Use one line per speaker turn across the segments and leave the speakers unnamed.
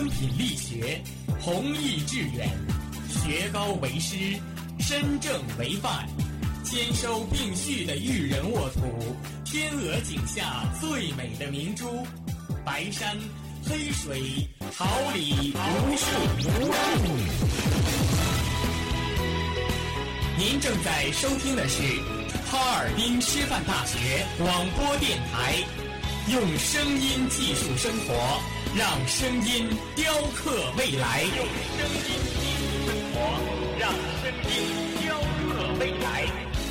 品力学，弘毅致远，学高为师，身正为范，兼收并蓄的育人沃土，天鹅颈下最美的明珠，白山黑水，桃李无数。您正在收听的是哈尔滨师范大学广播电台，用声音技术生活，让声音雕刻未来。用声音技术生活，让声音雕刻未来。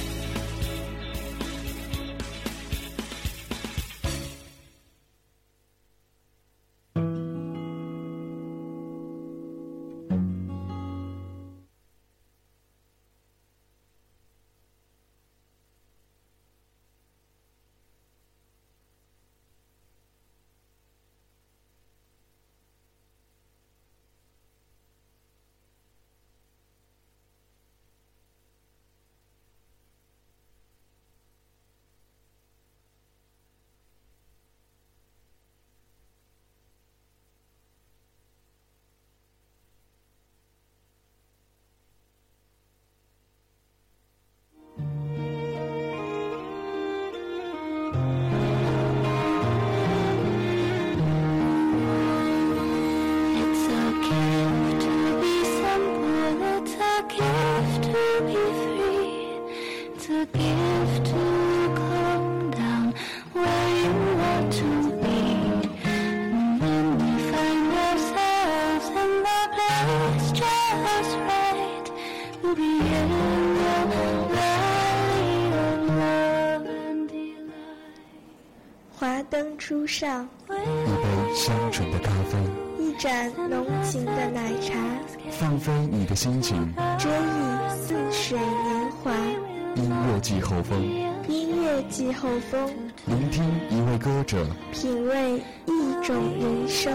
华灯初上，
一杯香醇的咖啡，
一盏浓情的奶茶，
放飞你的心情，
追忆似水年华。
音乐季后风，
音乐季后风，
聆听一位歌者，
品味一种人生。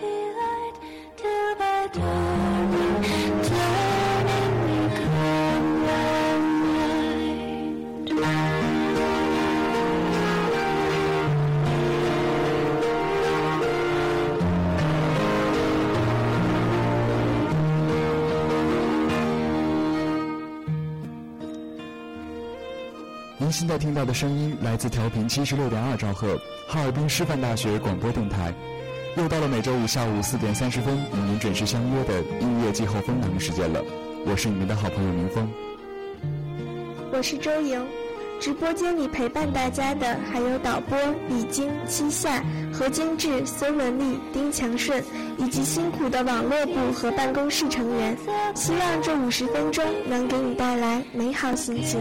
您现在听到的声音来自调频76.2兆赫，哈尔滨师范大学广播电台。又到了每周五下午4点30分与您准时相约的音乐季后风栏目时间了，我是你们的好朋友明峰。
我是周莹，直播间里陪伴大家的还有导播李晶、七夏、何金志、孙文丽、丁强顺，以及辛苦的网络部和办公室成员。希望这50分钟能给你带来美好心情。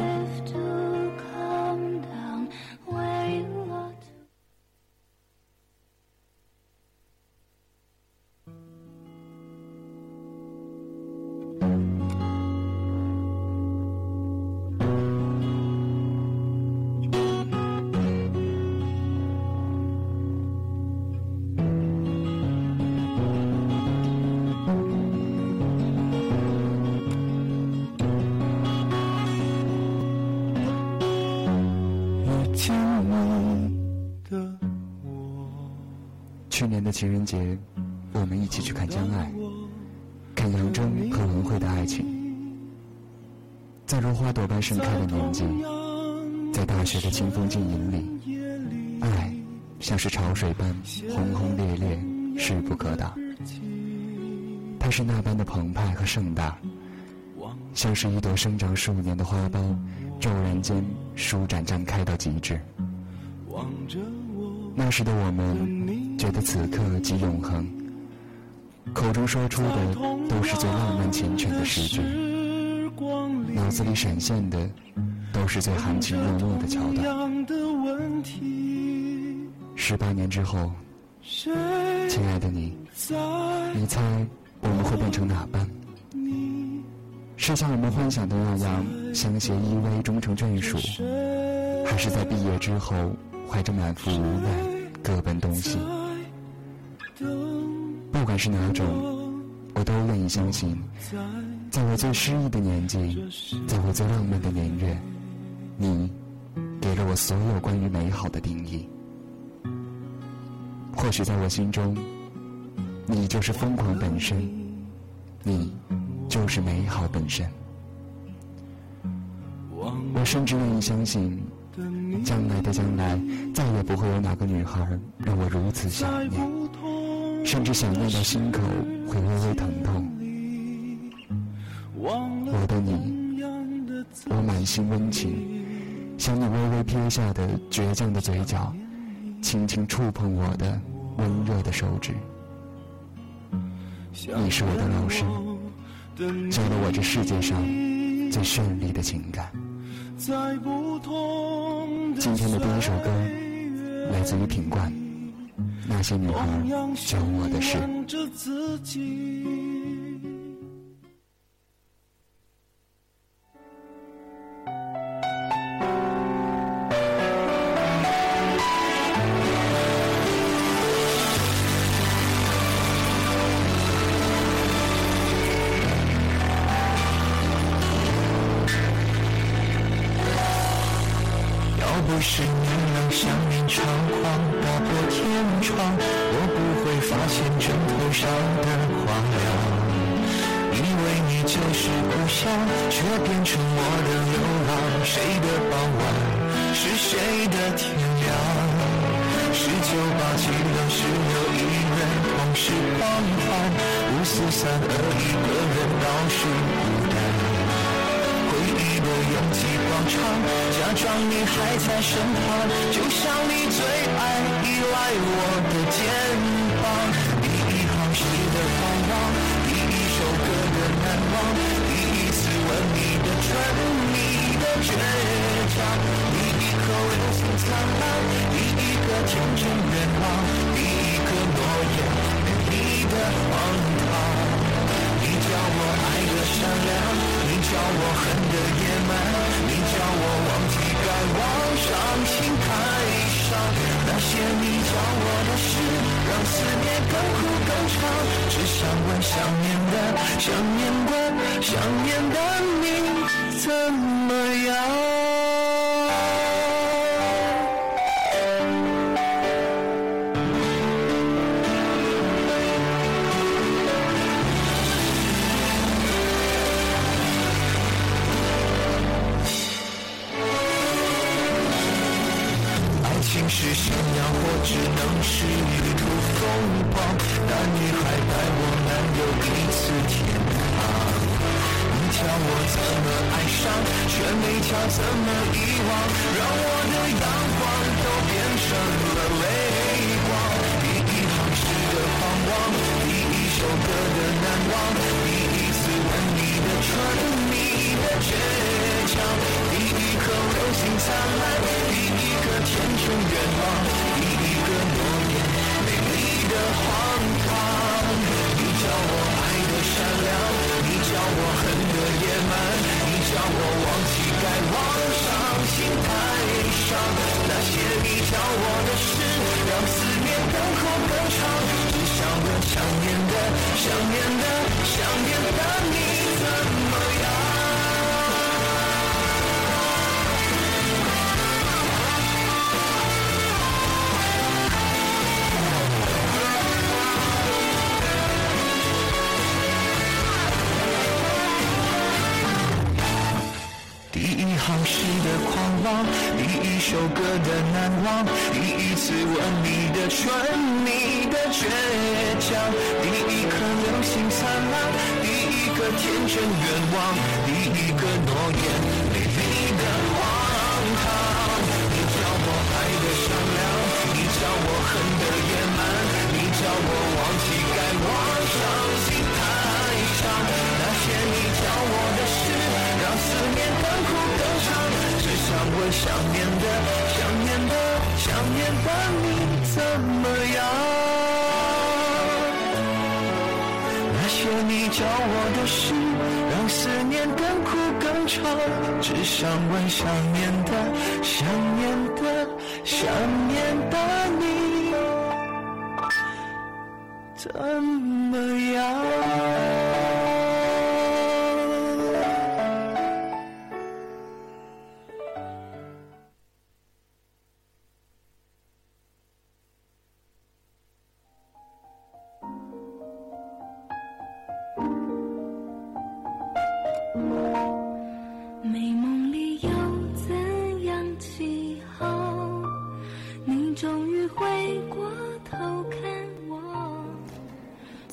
去年的情人节，我们一起去看江爱，看杨铮和文慧的爱情。在如花朵般盛开的年纪，在大学的清风静影里，爱像是潮水般轰轰烈烈，势不可挡。它是那般的澎湃和盛大，像是一朵生长数年的花苞，骤然间舒展绽开到极致。那时的我们觉得此刻即永恒，口中说出的都是最浪漫缱绻的诗句，脑子里闪现的都是最含情脉脉的桥段。18年之后，亲爱的你，你猜我们会变成哪般？是像我们幻想的那样相携依偎终成眷属，还是在毕业之后怀着满腹无奈各奔东西？不管是哪种，我都愿意相信，在我最诗意的年纪，在我最浪漫的年月，你给了我所有关于美好的定义。或许在我心中， 你就是疯狂本身，你就是美好本身。我甚至愿意相信，将来的将来，再也不会有哪个女孩让我如此想念，甚至想念到心口会微微疼痛。我的你，我满心温情，想你微微撇下的倔强的嘴角，轻轻触碰我的温热的手指。你是我的老师，教了我这世界上最绚丽的情感。今天的第一首歌来自于品冠，那些女孩教我的事。
不是你让想念猖狂打破天窗，我不会发现枕头上的荒凉，以为你就是故乡，却变成我的流浪。谁的傍晚是谁的天亮？1987让16一人同时狂欢，54321个人倒数孤单。回忆的拥挤广场，假装你还在身旁，就像你最爱依赖我的肩膀。第一行诗的狂妄，第一首歌的难忘，第一次吻你的唇，你的倔强，第一口流星灿烂，第一个天真愿望，第一个诺言美丽的荒唐。你叫我爱的善良，你叫我恨的野蛮，你叫我忘记该忘伤心太伤。那些你教我的事，让思念更苦更长。只想问想念的想念的想念的你怎么样？是信仰或只能是旅途风光，那女孩带我漫游一次天堂。你教我怎么爱上，却没教怎么遗忘，让我的阳光都变成了泪光。第一行诗的狂妄，第一首歌的难忘，第一次吻你的唇，你的倔强，第一颗流星灿烂，第一个天真愿望，第一个诺言美丽的荒唐。你叫我爱的善良，你叫我恨的野蛮，你叫我忘记该忘伤心太伤。那些你教我的事，让思念更苦更长。只想问想念的想念的想念的你怎么样？第一行诗的狂妄，第一首歌的难忘，第一次吻你的唇，你的倔强，第一颗流星灿烂，第一个天真愿望，第一个诺言美丽的荒唐。你叫我爱的善良，你叫我恨的野蛮，你叫我忘记该忘伤心太伤。那些你教我的事，让思念更苦更长。只想问想念的想念的想念的你怎么样？那些你教我的事，让思念更苦更长。只想问想念的想念的想念的你怎么样？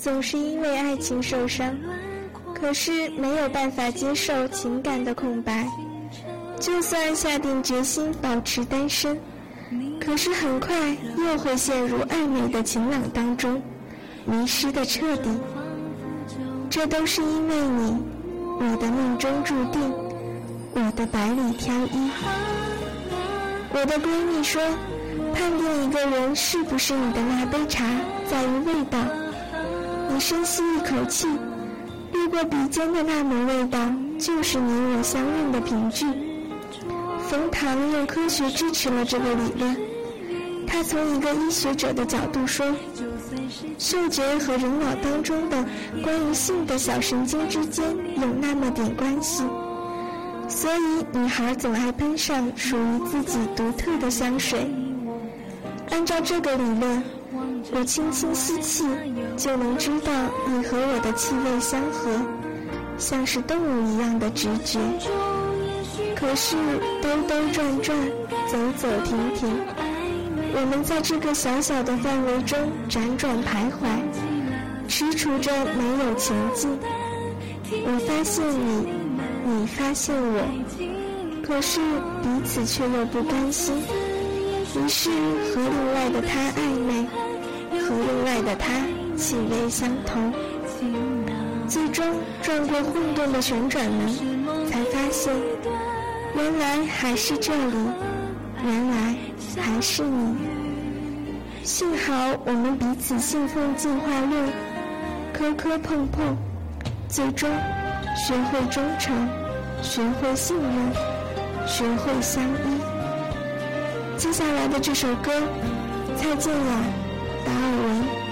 总是因为爱情受伤，可是没有办法接受情感的空白。就算下定决心保持单身，可是很快又会陷入暧昧的情网当中，迷失的彻底。这都是因为你，我的命中注定，我的百里挑一。我的闺蜜说，判定一个人是不是你的那杯茶在于味道。你深吸一口气，掠过鼻尖的那抹味道，就是你我相认的凭据。冯唐用科学支持了这个理论。他从一个医学者的角度说，嗅觉和人脑当中的关于性的小神经之间有那么点关系，所以女孩总爱喷上属于自己独特的香水。按照这个理论，我轻轻吸气就能知道你和我的气味相合，像是动物一样的直觉。可是兜兜转转，走走停停，我们在这个小小的范围中辗转徘徊，踟蹰着没有前进。我发现你，你发现我，可是彼此却又不甘心。于是和另外的他暧昧，和另外的他气味相投，最终转过混沌的旋转门，才发现原来还是这里，原来还是你。幸好我们彼此信奉进化论，磕磕碰碰，最终学会忠诚，学会信任，学会相依。接下来的这首歌，蔡健雅、达尔文。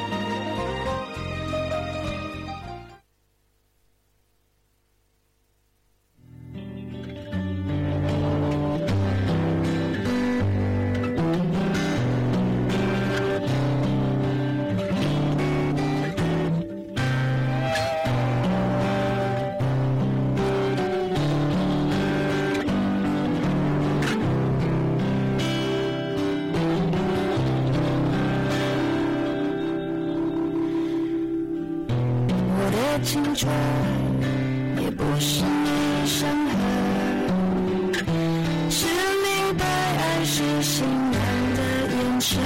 青春也不是你伤痕，是明白爱是信仰的眼神，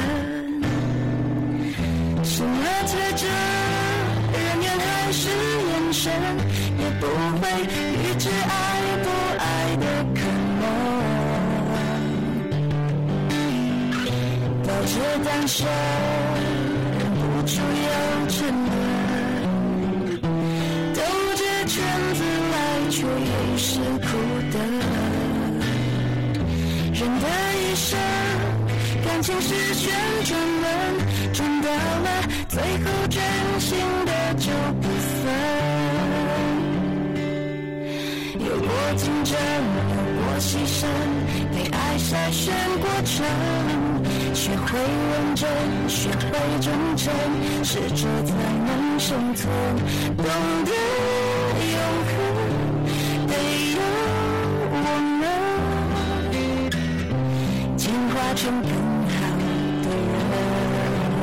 什么特征人缘还是眼神，也不会预知爱不爱的可能，抱着单身忍不住要沉沦，圈子来却也是苦的，人的一生感情是旋转门，转到了最后真心的就不分。有过竞争，有过牺牲，被爱筛选过程，学会认真，学会忠诚，适者才能生存，懂得永恒得由我们进化成更好的人。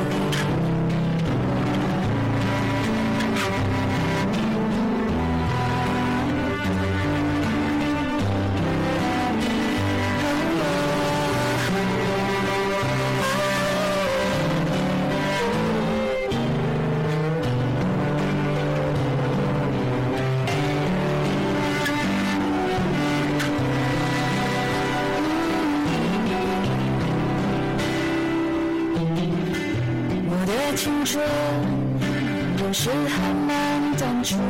青春仍是还蛮单纯，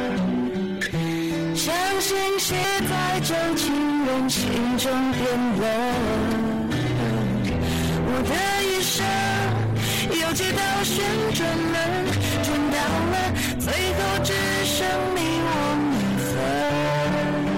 相信写在这情人心中变冷。我的一生有几道旋转门，转到了最后只剩你我一分。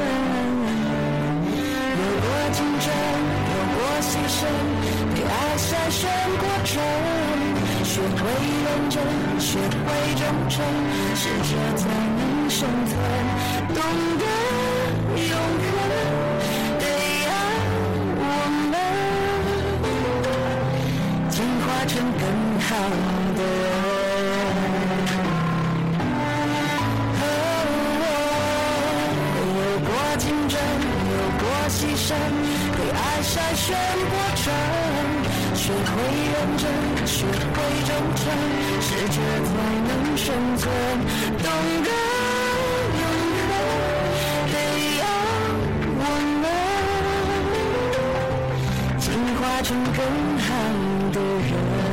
有过竞争，有过牺牲，被爱筛选过程，学会认真，学会忠诚，适者才能生存，懂得永恒得要我们进化成更好的人。 全过程，学会认真，学会忠诚，世界才能生存。懂得永恒，得要我们进化成更好的人。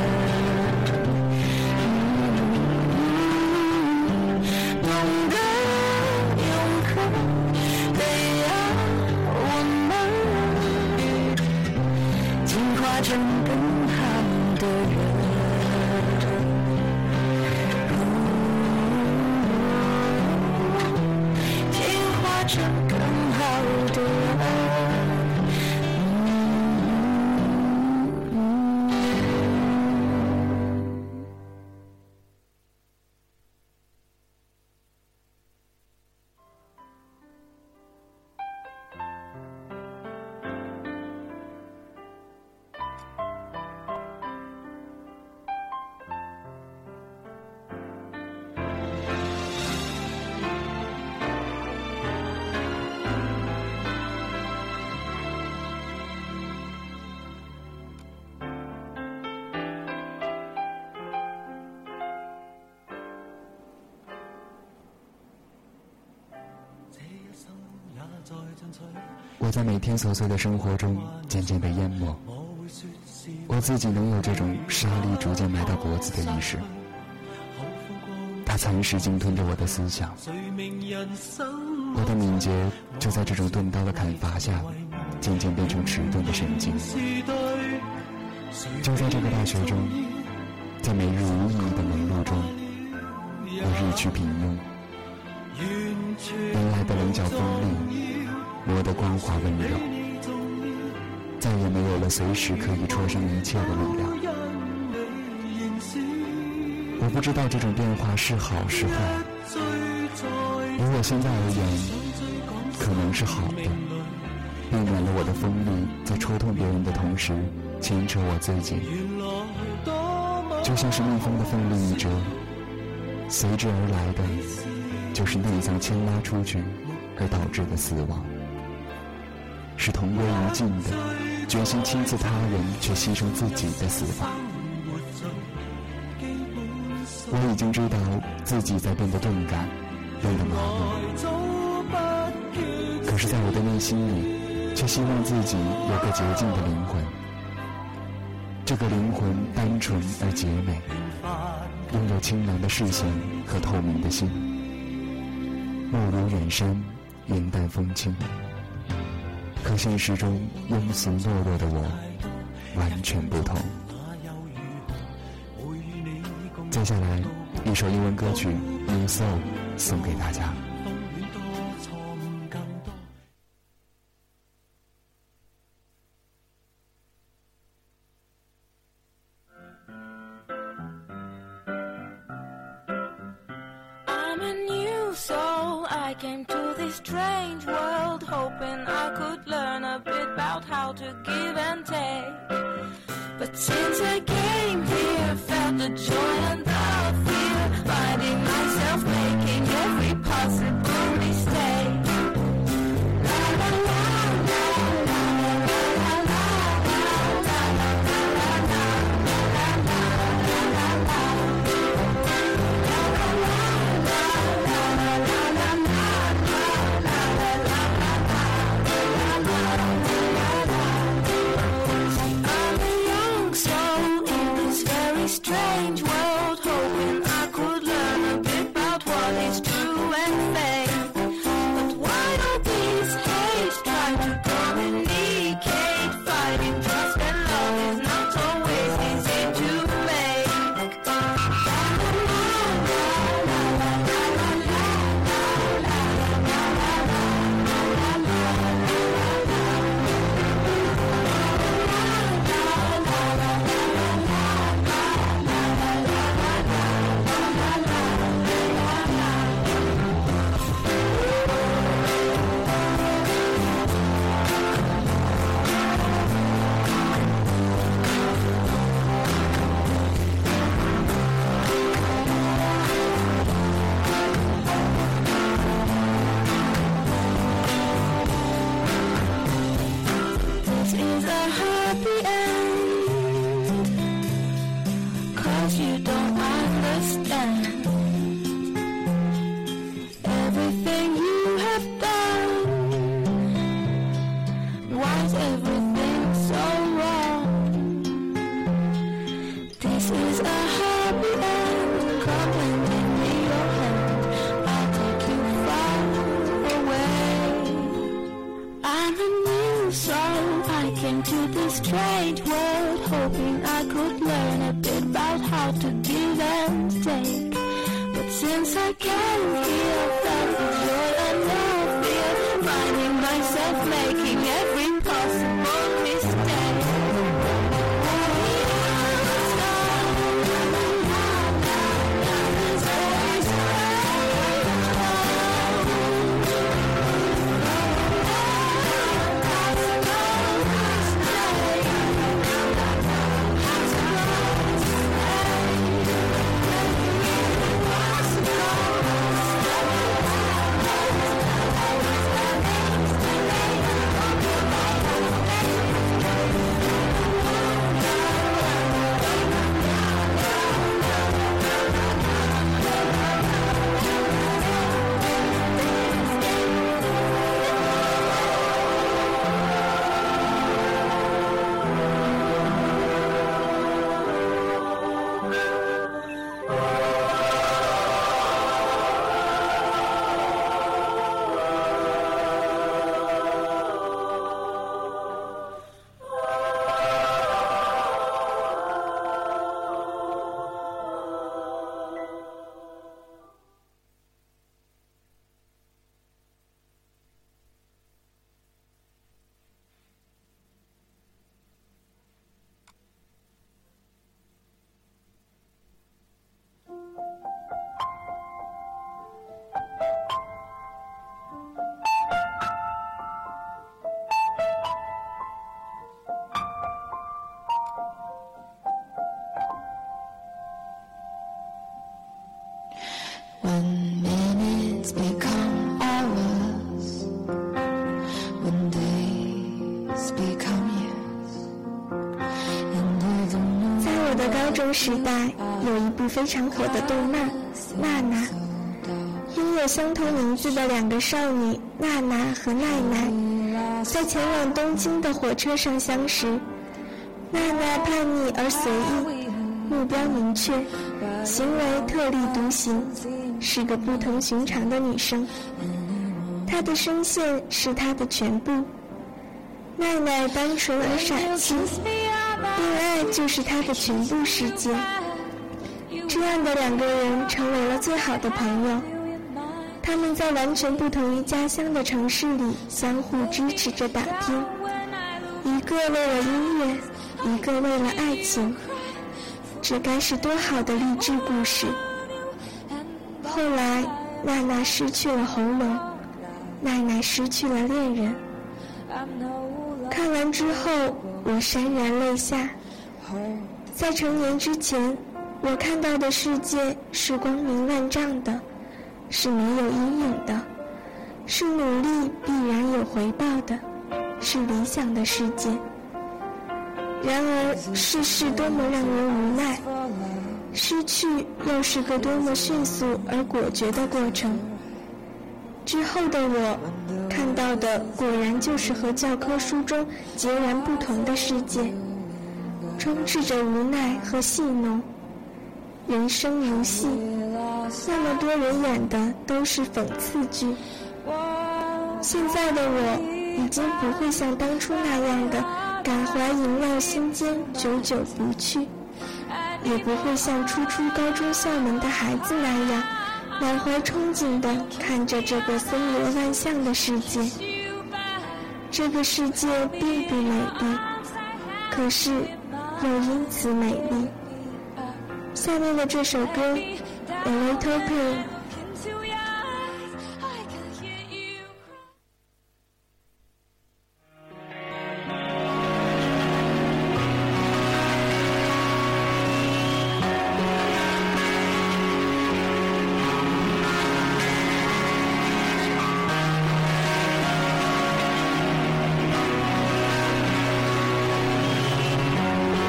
成更好的人，进化成更好的人。
我在每天琐碎的生活中渐渐被淹没，我自己能有这种沙粒逐渐埋到脖子的意识，它蚕食鲸吞着我的思想，我的敏捷就在这种钝刀的砍伐下渐渐变成迟钝的神经。就在这个大学中，在每日无意义的忙碌中，我日趋平庸，原来的棱角锋利，磨得光滑温柔，再也没有了随时可以戳伤一切的力量。我不知道这种变化是好是坏，以我现在而言，可能是好的，避免了我的锋利在戳痛别人的同时牵扯我自己，就像是蜜蜂的奋力一折，随之而来的就是内脏牵拉出去而导致的死亡，是同归于尽的决心亲自他人却牺牲自己的死法。我已经知道自己在变得钝感，变得麻木，可是在我的内心里却希望自己有个洁净的灵魂，这个灵魂单纯而洁美，拥有清凉的视线和透明的心，目如远山，云淡风轻。可现实中庸俗懦弱的我完全不同。接下来一首英文歌曲 New Soul 送给大家。
I'm a new soul, I came to this strange world hoping I could learn a bit about how to give and take. But since I came here, felt the joy and the fear, finding myself making every possible mistake. La la la la la la la la la la la la la. strange world, hoping I could learn a bit about how to give and take. But since I can't feel that the joy I now feel, finding myself making every possible mistake.
When minutes become hours, when days become years, and I don't know.
在我的高中时代，有一部非常火的动漫《娜娜》，拥有相同名字的两个少女娜娜和奈奈，在前往东京的火车上相识。娜娜叛逆而随意，目标明确，行为特立独行，是个不同寻常的女生。她的声线是她的全部。奈奈单纯而傻气，恋爱就是她的全部世界。这样的两个人成为了最好的朋友。他们在完全不同于家乡的城市里相互支持着打拼，一个为了音乐，一个为了爱情。这该是多好的励志故事。后来娜娜失去了喉咙，奈奈失去了恋人。看完之后我潸然泪下。在成年之前，我看到的世界是光明万丈的，是没有阴影的，是努力必然有回报的，是理想的世界。然而世事多么让人无奈，失去又是个多么迅速而果决的过程。之后的我看到的果然就是和教科书中截然不同的世界，充斥着无奈和戏弄。人生如戏，那么多人演的都是讽刺剧。现在的我已经不会像当初那样的感怀萦绕心间久久不去，也不会像初出高中校门的孩子那样满怀憧憬地看着这个森罗万象的世界。这个世界并不美丽，可是又因此美丽。下面的这首歌 A Little Pain。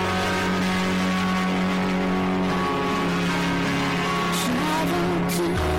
Travel to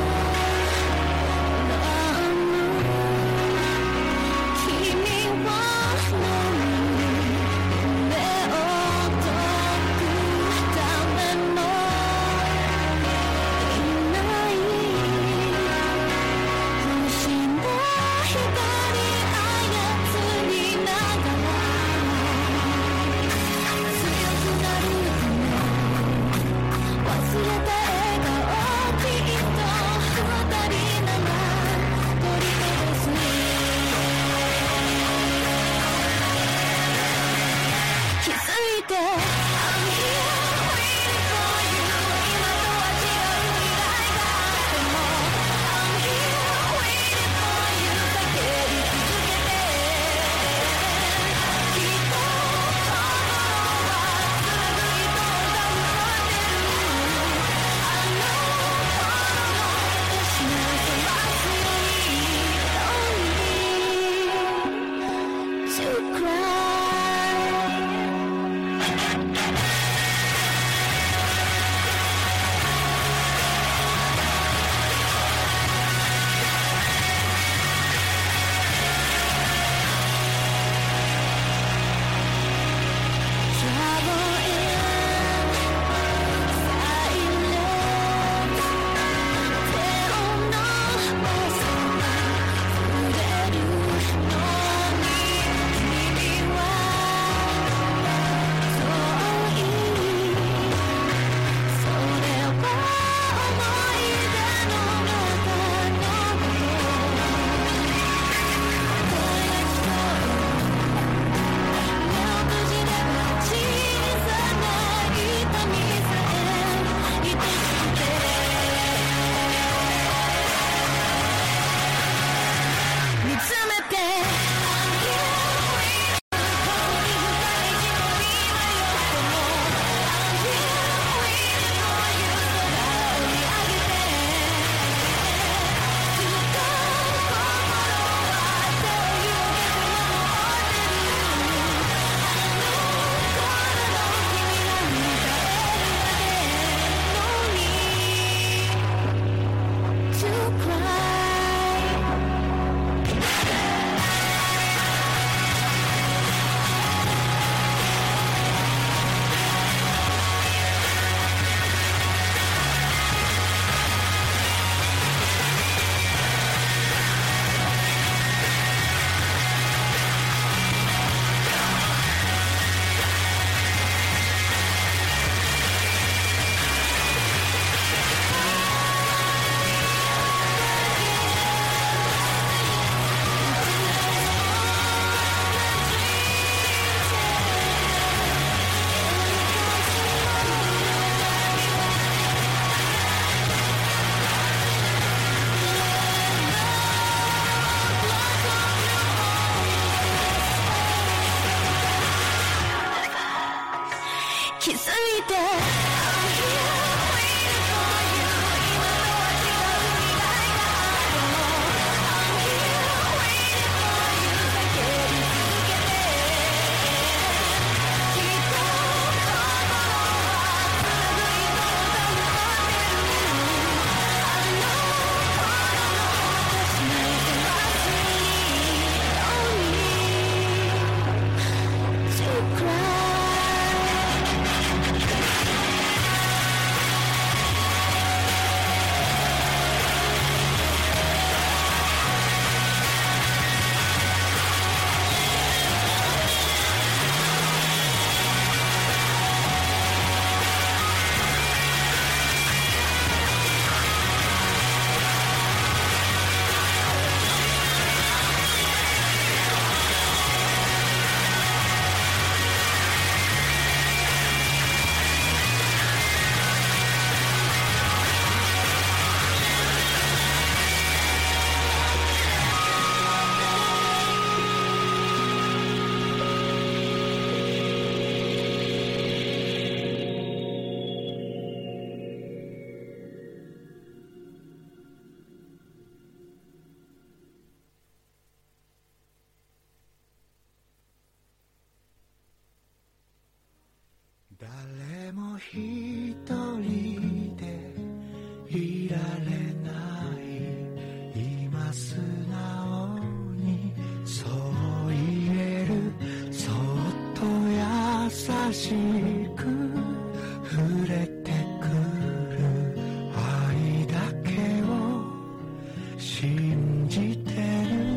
誰も一人でいられない今素直にそう言えるそっと優しく触れてくる愛だけを信じてる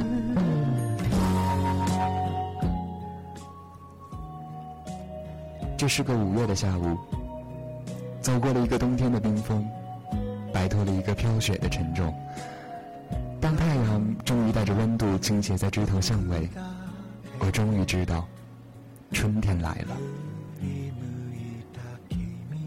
这是个5月的下午，走过了一个冬天的冰封，摆脱了一个飘雪的沉重。当太阳终于带着温度倾斜在枝头巷尾，我终于知道春天来了。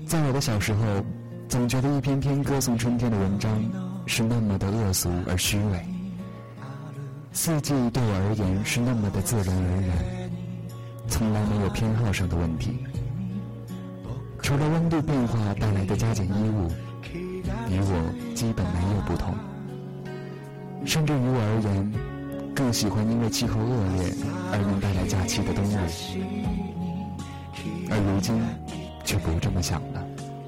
在我的小时候，总觉得一篇篇歌颂春天的文章是那么的恶俗而虚伪，四季对我而言是那么的自然而然，从来没有偏好上的问题。除了温度变化带来的加减衣物，与我基本没有不同。甚至于我而言，更喜欢因为气候恶劣而能带来假期的冬日。而如今却不这么想了。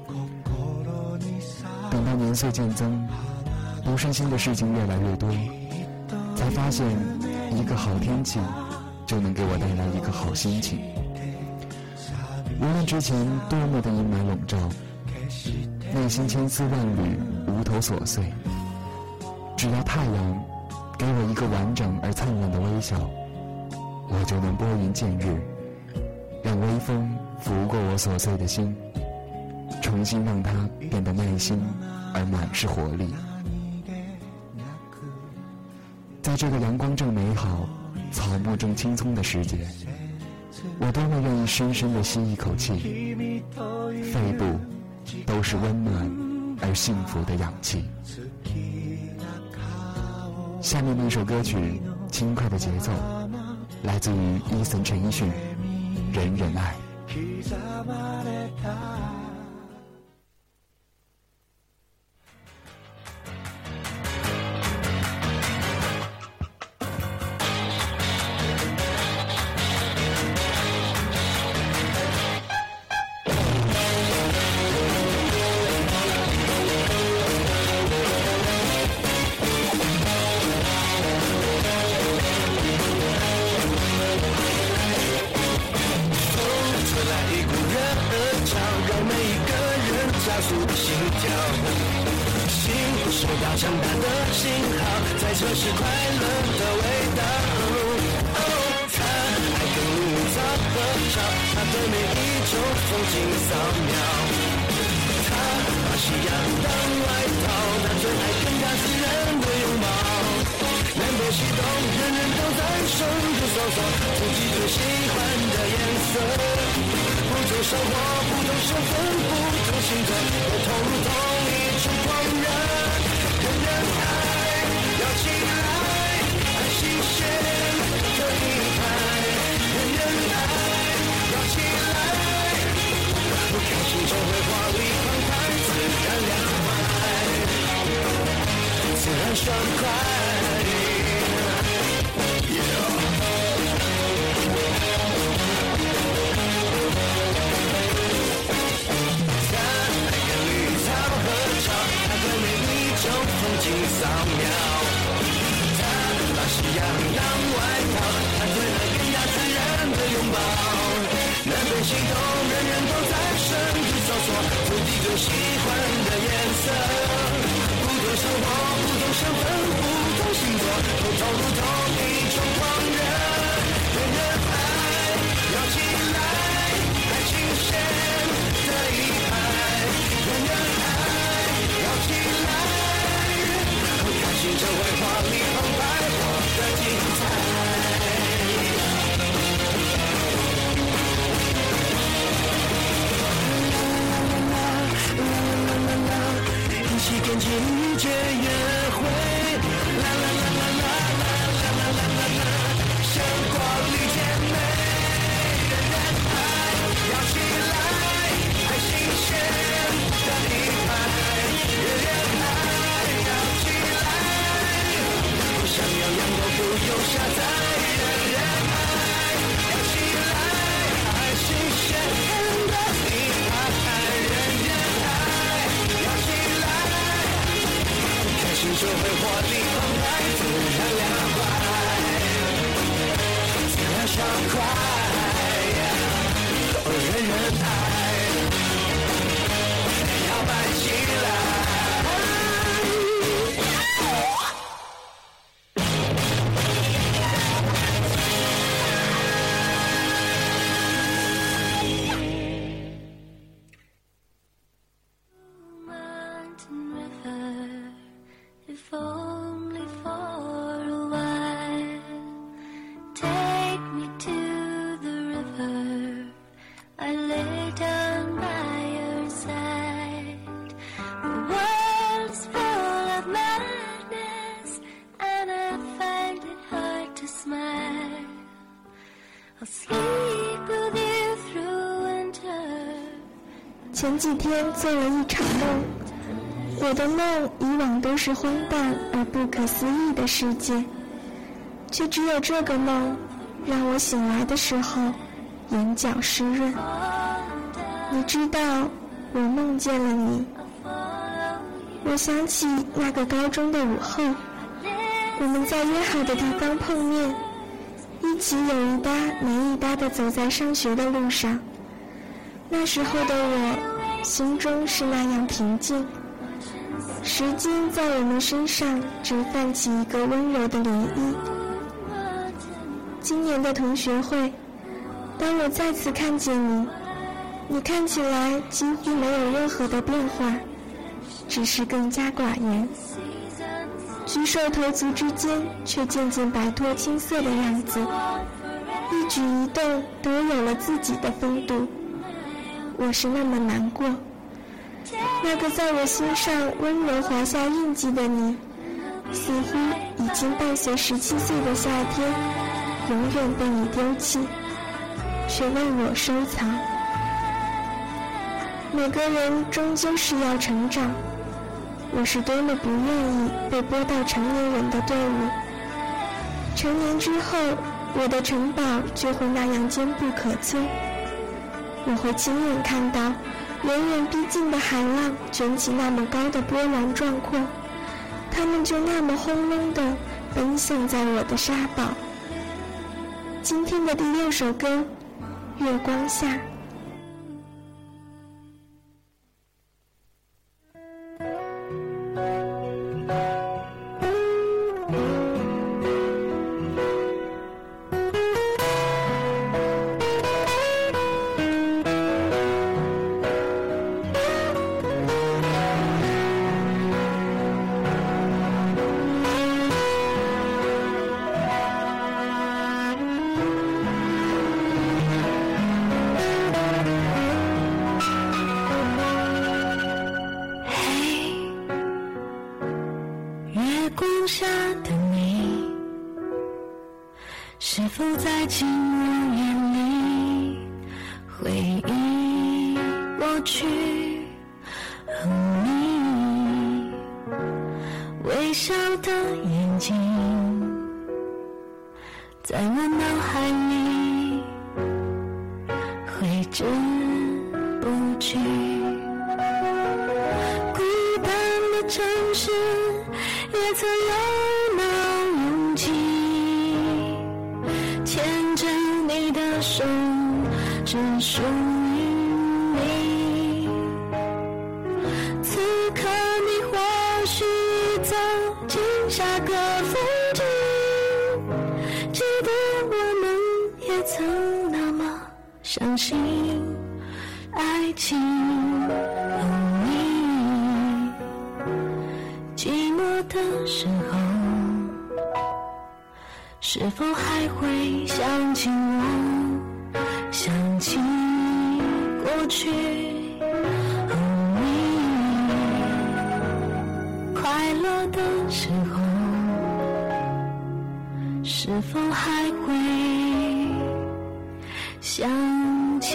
等到年岁渐增，不顺心的事情越来越多，才发现一个好天气就能给我带来一个好心情。无论之前多么的阴霾笼罩，内心千丝万缕，无头琐碎，只要太阳给我一个完整而灿烂的微笑，我就能拨云见日，让微风拂过我琐碎的心，重新让它变得耐心而满是活力。在这个阳光正美好，草木正青葱的时节，我多么愿意深深地吸一口气，肺部都是温暖而幸福的氧气。下面那首歌曲，轻快的节奏，来自于Eason陈奕迅，人人爱。
就
前几天做了一场梦，我的梦以往都是荒诞而不可思议的世界，却只有这个梦让我醒来的时候眼角湿润。你知道，我梦见了你。我想起那个高中的午后，我们在约好的地方碰面，一起有一搭没一搭地走在上学的路上。那时候的我心中是那样平静，时间在我们身上只泛起一个温柔的涟漪。今年的同学会，当我再次看见你，你看起来几乎没有任何的变化，只是更加寡言，举手投足之间却渐渐摆脱青涩的样子，一举一动都有了自己的风度。我是那么难过，那个在我心上温柔划下印记的你，似乎已经伴随17岁的夏天永远被你丢弃，却为我收藏。每个人终究是要成长，我是多么不愿意被拨到成年人的队伍。成年之后，我的城堡就会那样坚不可摧。我会亲眼看到远远逼近的海浪卷起那么高的波澜壮阔，它们就那么轰隆地奔向在我的沙堡。今天的第6首歌，月光下。
下的你，是否在进入眼里回忆过去和你微笑的眼睛，在我脑海里挥之不去。孤单的城市也曾有那勇气，牵着你的手，只属于你。此刻你或许走进下个风景，记得我们也曾那么相信爱情。寂寞的时候，是否还会想起我，想起过去和你快乐的时候，是否还会想起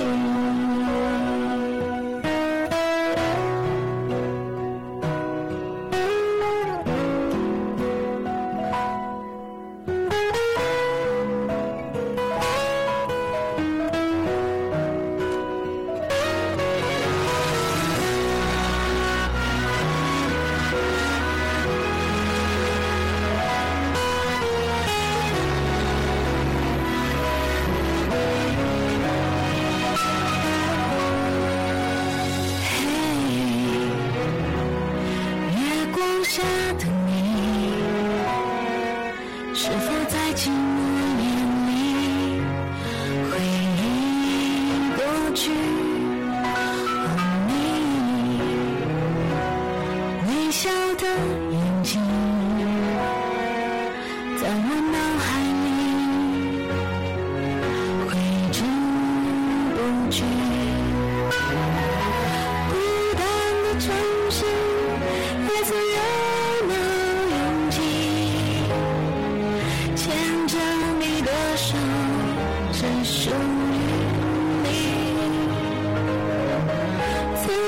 此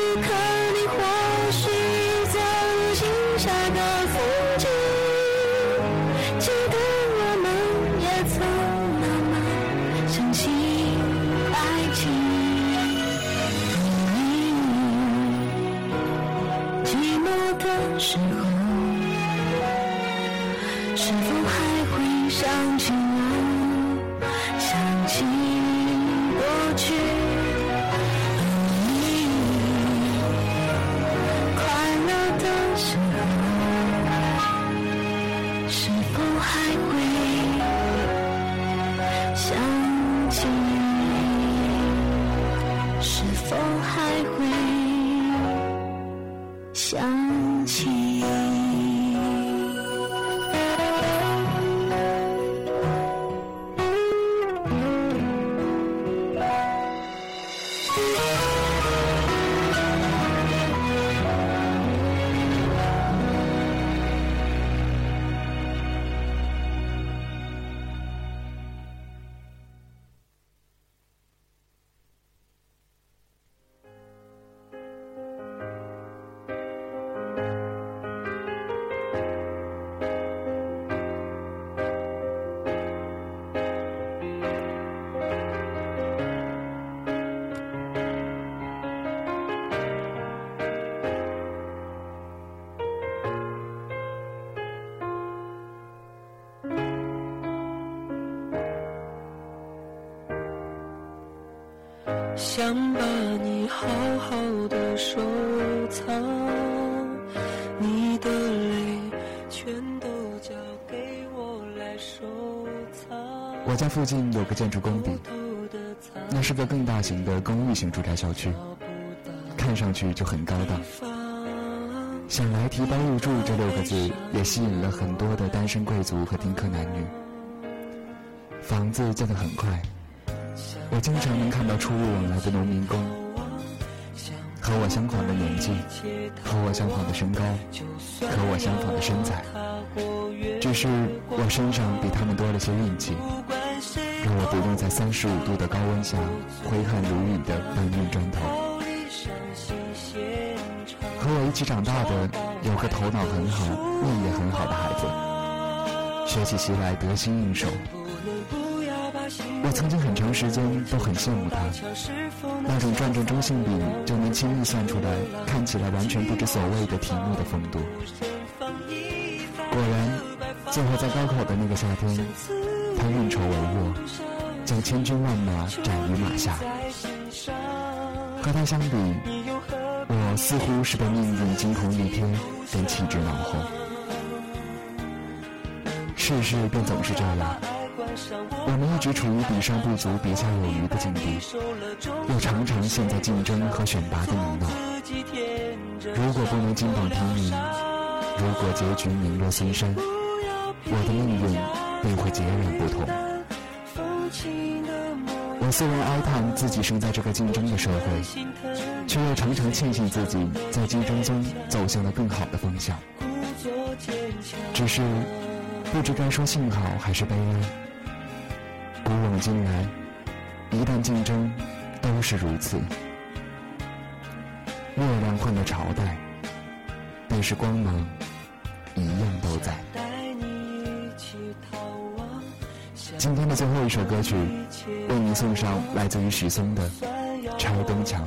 的时候，是否还会想起我，想起过去？你快乐的时候，是否还会想起？是否还会想起？
想把你好好的收藏，你的泪全都交给我来收藏。
我家附近有个建筑工地，那是个更大型的公寓型住宅小区，看上去就很高档。想来提包入住这6个字也吸引了很多的单身贵族和丁克男女。房子建得很快，我经常能看到出入往来的农民工，和我相仿的年纪，和我相仿的身高，和我相仿的身材，只是我身上比他们多了些运气，让我不用在35度的高温下挥汗如雨的搬运砖头。和我一起长大的有个头脑很好命也很好的孩子，学起习来得心应手。我曾经很长时间都很羡慕他，那种转转中性笔就能轻易算出来，看起来完全不知所谓的题目的风度。果然，最后在高考的那个夏天，他运筹帷幄，将千军万马斩于马下。和他相比，我似乎是被命运惊鸿一瞥，便气质恼红。世事便总是这样，我们一直处于比上不足比下有余的境地，又常常陷在竞争和选拔的泥淖。如果不能金榜题名，如果结局名落孙山，我的命运便会截然不同。我虽然哀叹自己生在这个竞争的社会，却又常常庆幸自己在竞争中走向了更好的方向。只是不知该说幸好还是悲哀。古往今来，一旦竞争，都是如此。月亮换了朝代，但是光芒一样都在。今天的最后一首歌曲，为您送上来自于许嵩的《拆东墙》。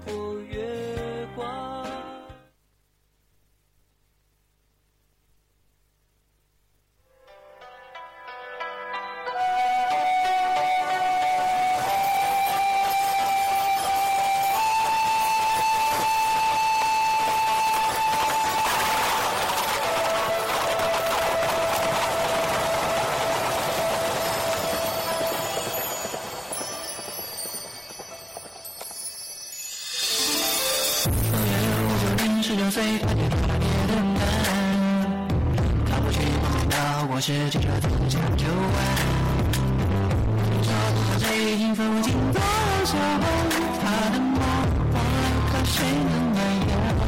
16岁，他跌倒了别的难，他不去碰到过世，只这自家就完。说多少最近风景多少，他的梦忘了靠谁能埋怨？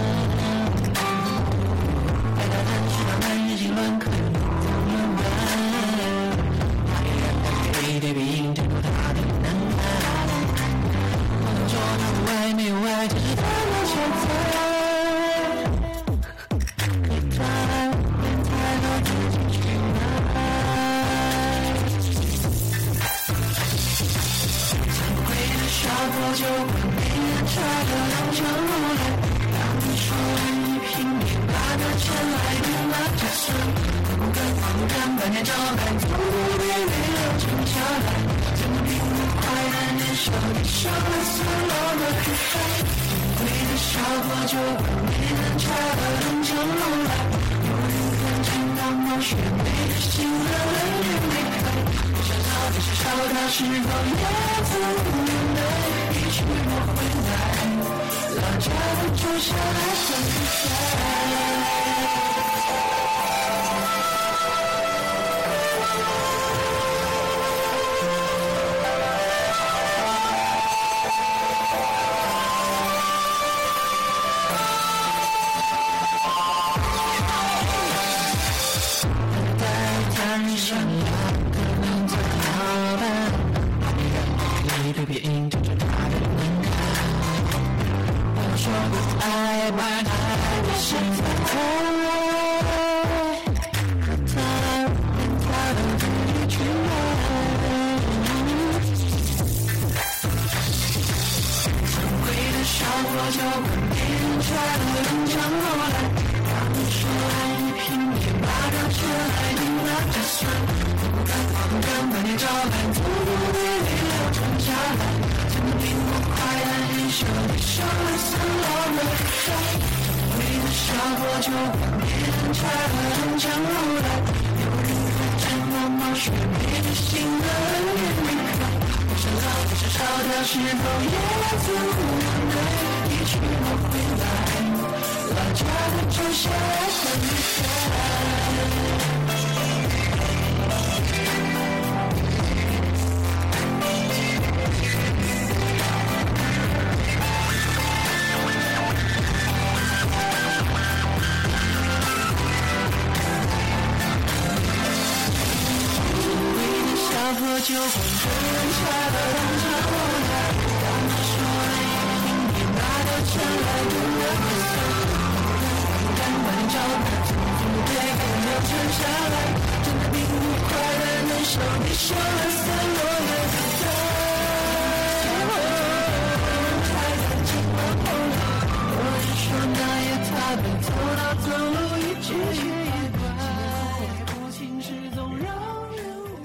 在他的世上满日经纶，可又怎么办？他给人的给对比映衬出他的难堪。我都说他不爱没有爱，只是他要选择。我就把每天差的两条路来，当你说你拼命把它前来定了价算，不敢茫然，百年照来，突如其来流传下来，将平无快的年少地上了散落的苦海，贵的小火酒馆没人查的东江路来，有人看见那冒雪美的心的泪眼没开，不想逃的是少他是否也曾无奈，一去不回来，老家的住下来很离开。别硬撑着他的门槛，我说不爱把他的心在和他都自己去买，珍贵的小火酒馆没人查的东江路来，他们说爱一瓶也把它车来定了价算，不敢放任百年照来，突如其来流传下来，曾经我快乐人生地上了散落的苦海，贵的小火酒馆没人查的东江路来，有人看见我冒雪美的心的眼离开，我想老的是朝他是否也曾无奈，一去不回来，老家的住下来很离开。喝酒混着人茶的东江路来，他们说了一瓶也拿到钱来定了价算，不敢把你招牌从头对看流传下来，真的并不快乐难受地上了散落的苦海，太感情了后来，有人说那夜他被走到走路一句也怪，不情是总让人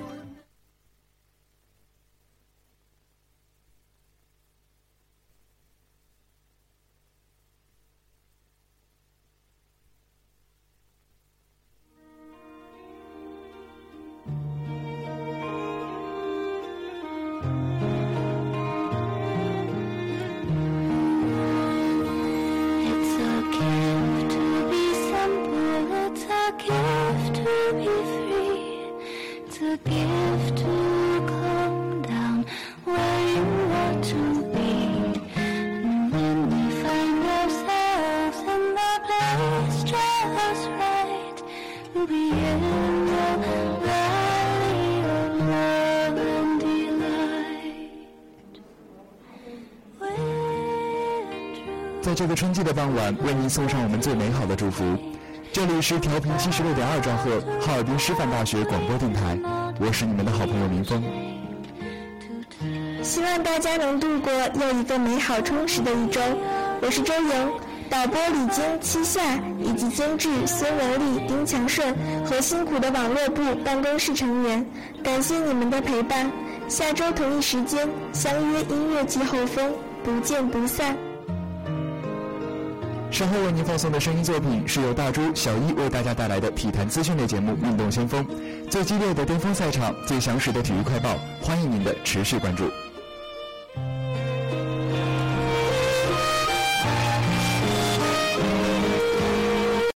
在这个春季的傍晚，为您送上我们最美好的祝福。这里是调频76.2兆赫，哈尔滨师范大学广播电台，我是你们的好朋友明峰。
希望大家能度过又一个美好充实的一周。我是周莹，导播李晶、七夏以及监制孙文丽、丁强顺和辛苦的网络部办公室成员，感谢你们的陪伴。下周同一时间相约音乐季后风，不见不散。
稍后为您放送的声音作品是由大猪、小一为大家带来的体坛资讯类节目《运动先锋》，最激烈的巅峰赛场，最详实的体育快报，欢迎您的持续关注。